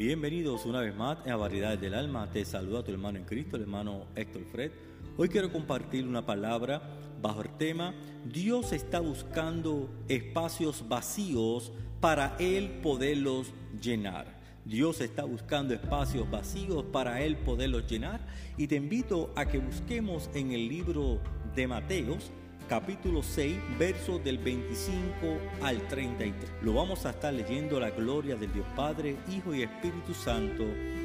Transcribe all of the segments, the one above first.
Bienvenidos una vez más a Variedades del Alma. Te saluda tu hermano en Cristo, el hermano Héctor Fred. Hoy quiero compartir una palabra bajo el tema: Dios está buscando espacios vacíos para Él poderlos llenar. Dios está buscando espacios vacíos para Él poderlos llenar. Y te invito a que busquemos en el libro de Mateos, capítulo 6, versos del 25 al 33. Lo vamos a estar leyendo a la gloria del Dios Padre, Hijo y Espíritu Santo.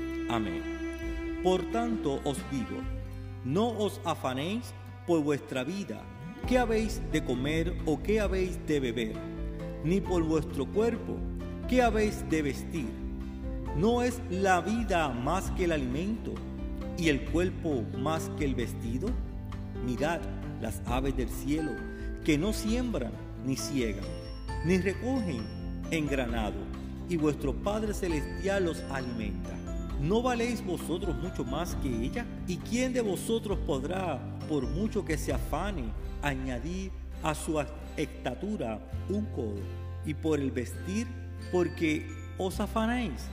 Amén. Por tanto os digo, no os afanéis por vuestra vida, qué habéis de comer o qué habéis de beber, ni por vuestro cuerpo, qué habéis de vestir. ¿No es la vida más que el alimento y el cuerpo más que el vestido? Mirad las aves del cielo, que no siembran, ni ciegan, ni recogen en granado, y vuestro Padre Celestial los alimenta. ¿No valéis vosotros mucho más que ella? ¿Y quién de vosotros podrá, por mucho que se afane, añadir a su estatura un codo? Y por el vestir, porque os afanáis,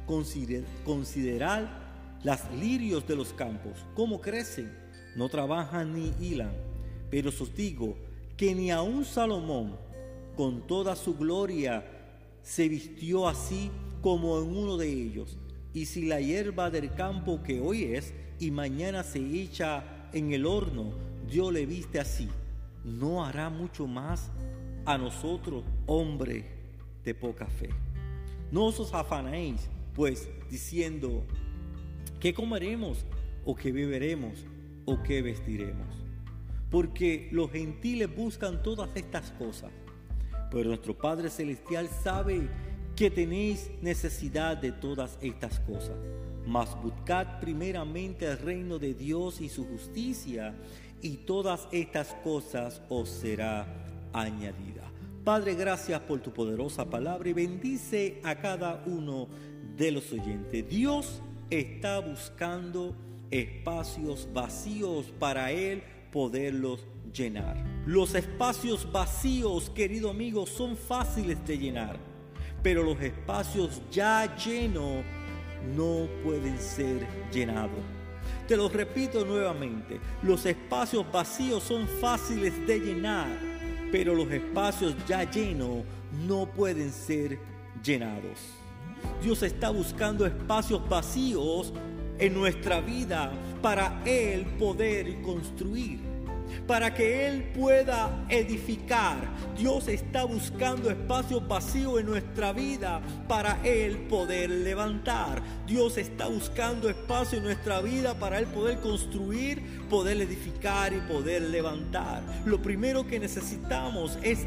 considerad las lirios de los campos, cómo crecen, no trabajan ni hilan. Pero os digo que ni aun Salomón, con toda su gloria, se vistió así como en uno de ellos. Y si la hierba del campo que hoy es y mañana se echa en el horno, Dios le viste así, ¿no hará mucho más a nosotros, hombre de poca fe? No os afanéis, pues, diciendo, ¿qué comeremos? ¿O qué beberemos? ¿O qué vestiremos? Porque los gentiles buscan todas estas cosas, pero nuestro Padre Celestial sabe que tenéis necesidad de todas estas cosas. Mas buscad primeramente el reino de Dios y su justicia, y todas estas cosas os será añadida. Padre, gracias por tu poderosa palabra y bendice a cada uno de los oyentes. Dios está buscando espacios vacíos para Él poderlos llenar. Los espacios vacíos, querido amigo, son fáciles de llenar, pero los espacios ya llenos no pueden ser llenados. Te lo repito nuevamente, los espacios vacíos son fáciles de llenar, pero los espacios ya llenos no pueden ser llenados. Dios está buscando espacios vacíos en nuestra vida para Él poder construir, para que Él pueda edificar. Dios está buscando espacios vacíos en nuestra vida para Él poder levantar. Dios está buscando espacio en nuestra vida para Él poder construir, poder edificar y poder levantar. Lo primero que necesitamos es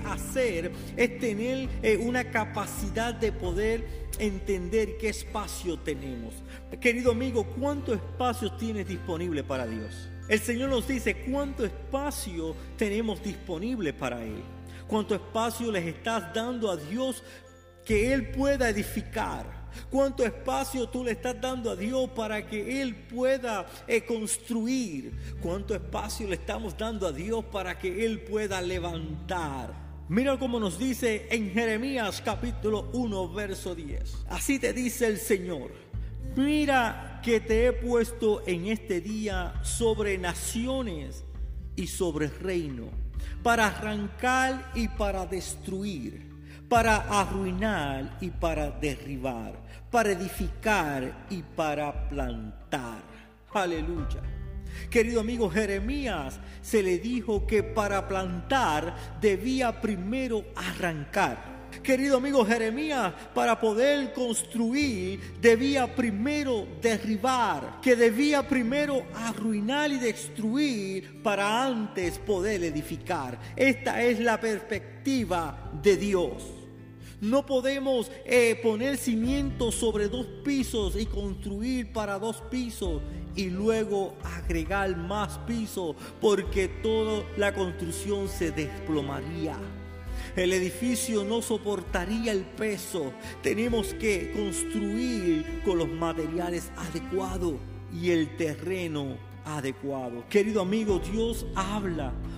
tener una capacidad de poder entender qué espacio tenemos. Querido amigo, ¿cuánto espacio tienes disponible para Dios? El Señor nos dice cuánto espacio tenemos disponible para Él. Cuánto espacio les estás dando a Dios que Él pueda edificar. Cuánto espacio tú le estás dando a Dios para que Él pueda construir. Cuánto espacio le estamos dando a Dios para que Él pueda levantar. Mira cómo nos dice en Jeremías capítulo 1 verso 10. Así te dice el Señor: mira que te he puesto en este día sobre naciones y sobre reino, para arrancar y para destruir, para arruinar y para derribar, para edificar y para plantar. Aleluya. Querido amigo, Jeremías se le dijo que para plantar debía primero arrancar. Querido amigo, Jeremías, para poder construir debía primero derribar, que debía primero arruinar y destruir para antes poder edificar. Esta es la perspectiva de Dios. No podemos poner cimientos sobre 2 pisos y construir para 2 pisos y luego agregar más pisos, porque toda la construcción se desplomaría. El edificio no soportaría el peso. Tenemos que construir con los materiales adecuados y el terreno adecuado. Querido amigo, Dios habla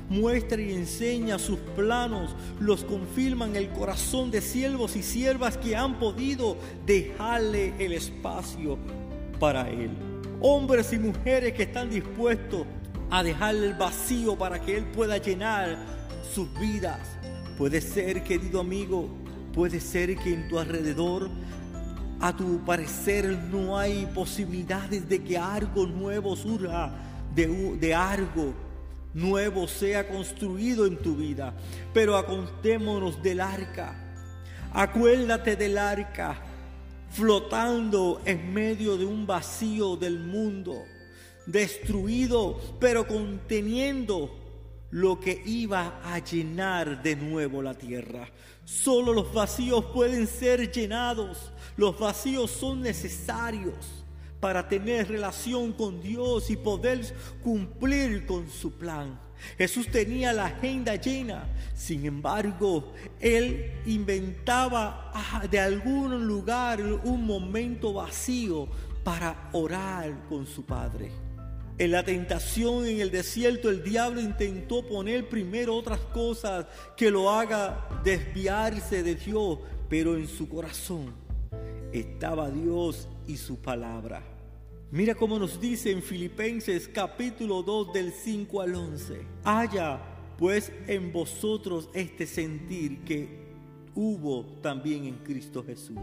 muestra y enseña sus planos, los confirma en el corazón de siervos y siervas que han podido dejarle el espacio para Él. Hombres y mujeres que están dispuestos a dejarle el vacío para que Él pueda llenar sus vidas. Puede ser, querido amigo, puede ser que en tu alrededor, a tu parecer, no hay posibilidades de que algo nuevo surja, de algo nuevo sea construido en tu vida. Pero acordémonos del arca. Acuérdate del arca flotando en medio de un vacío del mundo, destruido, pero conteniendo lo que iba a llenar de nuevo la tierra. Solo los vacíos pueden ser llenados. Los vacíos son necesarios para tener relación con Dios y poder cumplir con su plan. Jesús tenía la agenda llena, sin embargo, Él inventaba de algún lugar un momento vacío para orar con su Padre. En la tentación en el desierto, el diablo intentó poner primero otras cosas que lo haga desviarse de Dios, pero en su corazón estaba Dios y su palabra. Mira cómo nos dice en Filipenses capítulo 2 del 5 al 11. Haya pues en vosotros este sentir que hubo también en Cristo Jesús,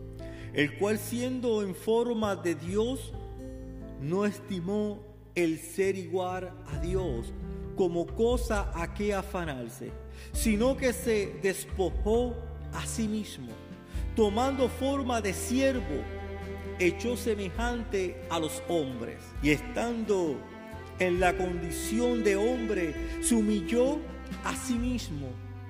el cual siendo en forma de Dios, no estimó el ser igual a Dios como cosa a que afanarse, sino que se despojó a sí mismo, tomando forma de siervo, hecho semejante a los hombres, y estando en la condición de hombre, se humilló a sí mismo,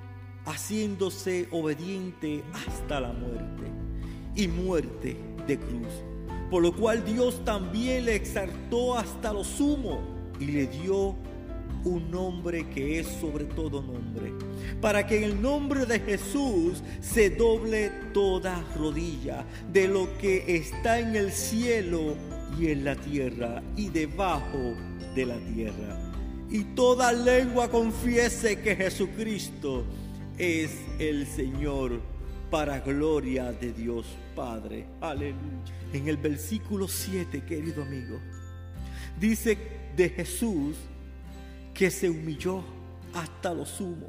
haciéndose obediente hasta la muerte, y muerte de cruz. Por lo cual Dios también le exaltó hasta lo sumo y le dio un nombre que es sobre todo nombre, para que en el nombre de Jesús se doble toda rodilla de lo que está en el cielo y en la tierra y debajo de la tierra, y toda lengua confiese que Jesucristo es el Señor, para gloria de Dios Padre. Aleluya. En el versículo 7, querido amigo, dice de Jesús que se humilló hasta lo sumo,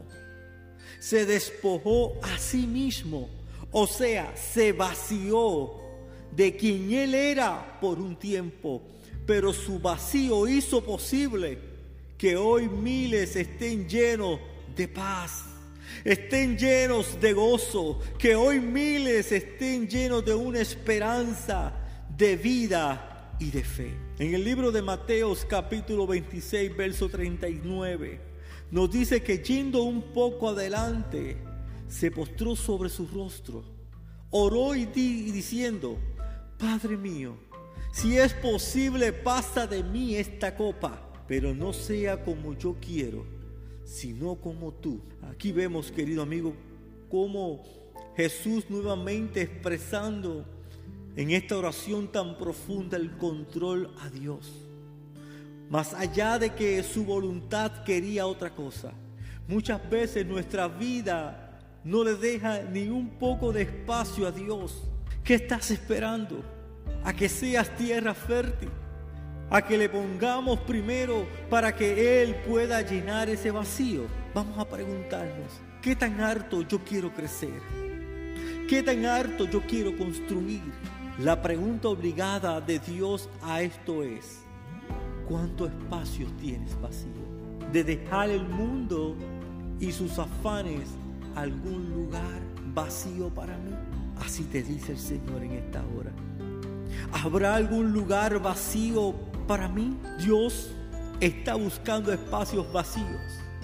se despojó a sí mismo, o sea, se vació de quien Él era por un tiempo, pero su vacío hizo posible que hoy miles estén llenos de paz, estén llenos de gozo, que hoy miles estén llenos de una esperanza de vida y de fe. En el libro de Mateos capítulo 26 verso 39 nos dice que yendo un poco adelante se postró sobre su rostro, oró y diciendo: Padre mío, si es posible, pasa de mí esta copa, pero no sea como yo quiero, sino como tú. Aquí vemos, querido amigo, cómo Jesús nuevamente expresando en esta oración tan profunda el control a Dios. Más allá de que su voluntad quería otra cosa, muchas veces nuestra vida no le deja ni un poco de espacio a Dios. ¿Qué estás esperando? ¿A que seas tierra fértil? ¿A que le pongamos primero para que Él pueda llenar ese vacío? Vamos a preguntarnos: ¿qué tan harto yo quiero crecer? ¿Qué tan harto yo quiero construir? La pregunta obligada de Dios a esto es: ¿cuántos espacios tienes vacío? De dejar el mundo y sus afanes, algún lugar vacío para mí. Así te dice el Señor en esta hora. ¿Habrá algún lugar vacío para mí? Dios está buscando espacios vacíos,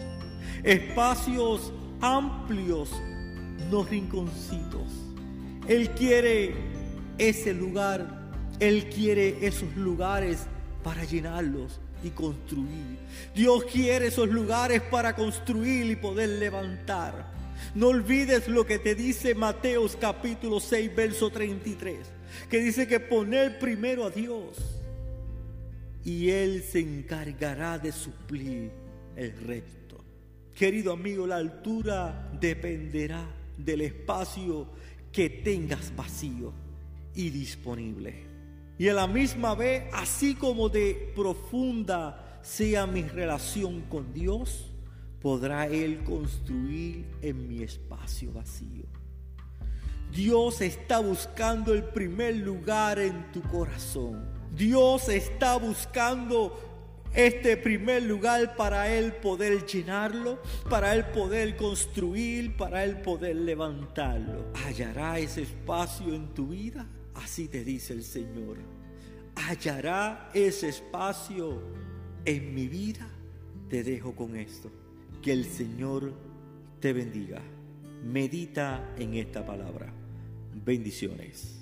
espacios amplios, no rinconcitos. Él quiere ese lugar, Él quiere esos lugares para llenarlos y construir. Dios quiere esos lugares para construir y poder levantar. No olvides lo que te dice Mateos capítulo 6 verso 33, que dice que poner primero a Dios y Él se encargará de suplir el resto. Querido amigo, la altura dependerá del espacio que tengas vacío y disponible. Y a la misma vez, así como de profunda sea mi relación con Dios, podrá Él construir en mi espacio vacío. Dios está buscando el primer lugar en tu corazón. Dios está buscando este primer lugar para Él poder llenarlo, para Él poder construir, para Él poder levantarlo. ¿Hallará ese espacio en tu vida? Así te dice el Señor. ¿Hallará ese espacio en mi vida? Te dejo con esto. Que el Señor te bendiga. Medita en esta palabra. Bendiciones.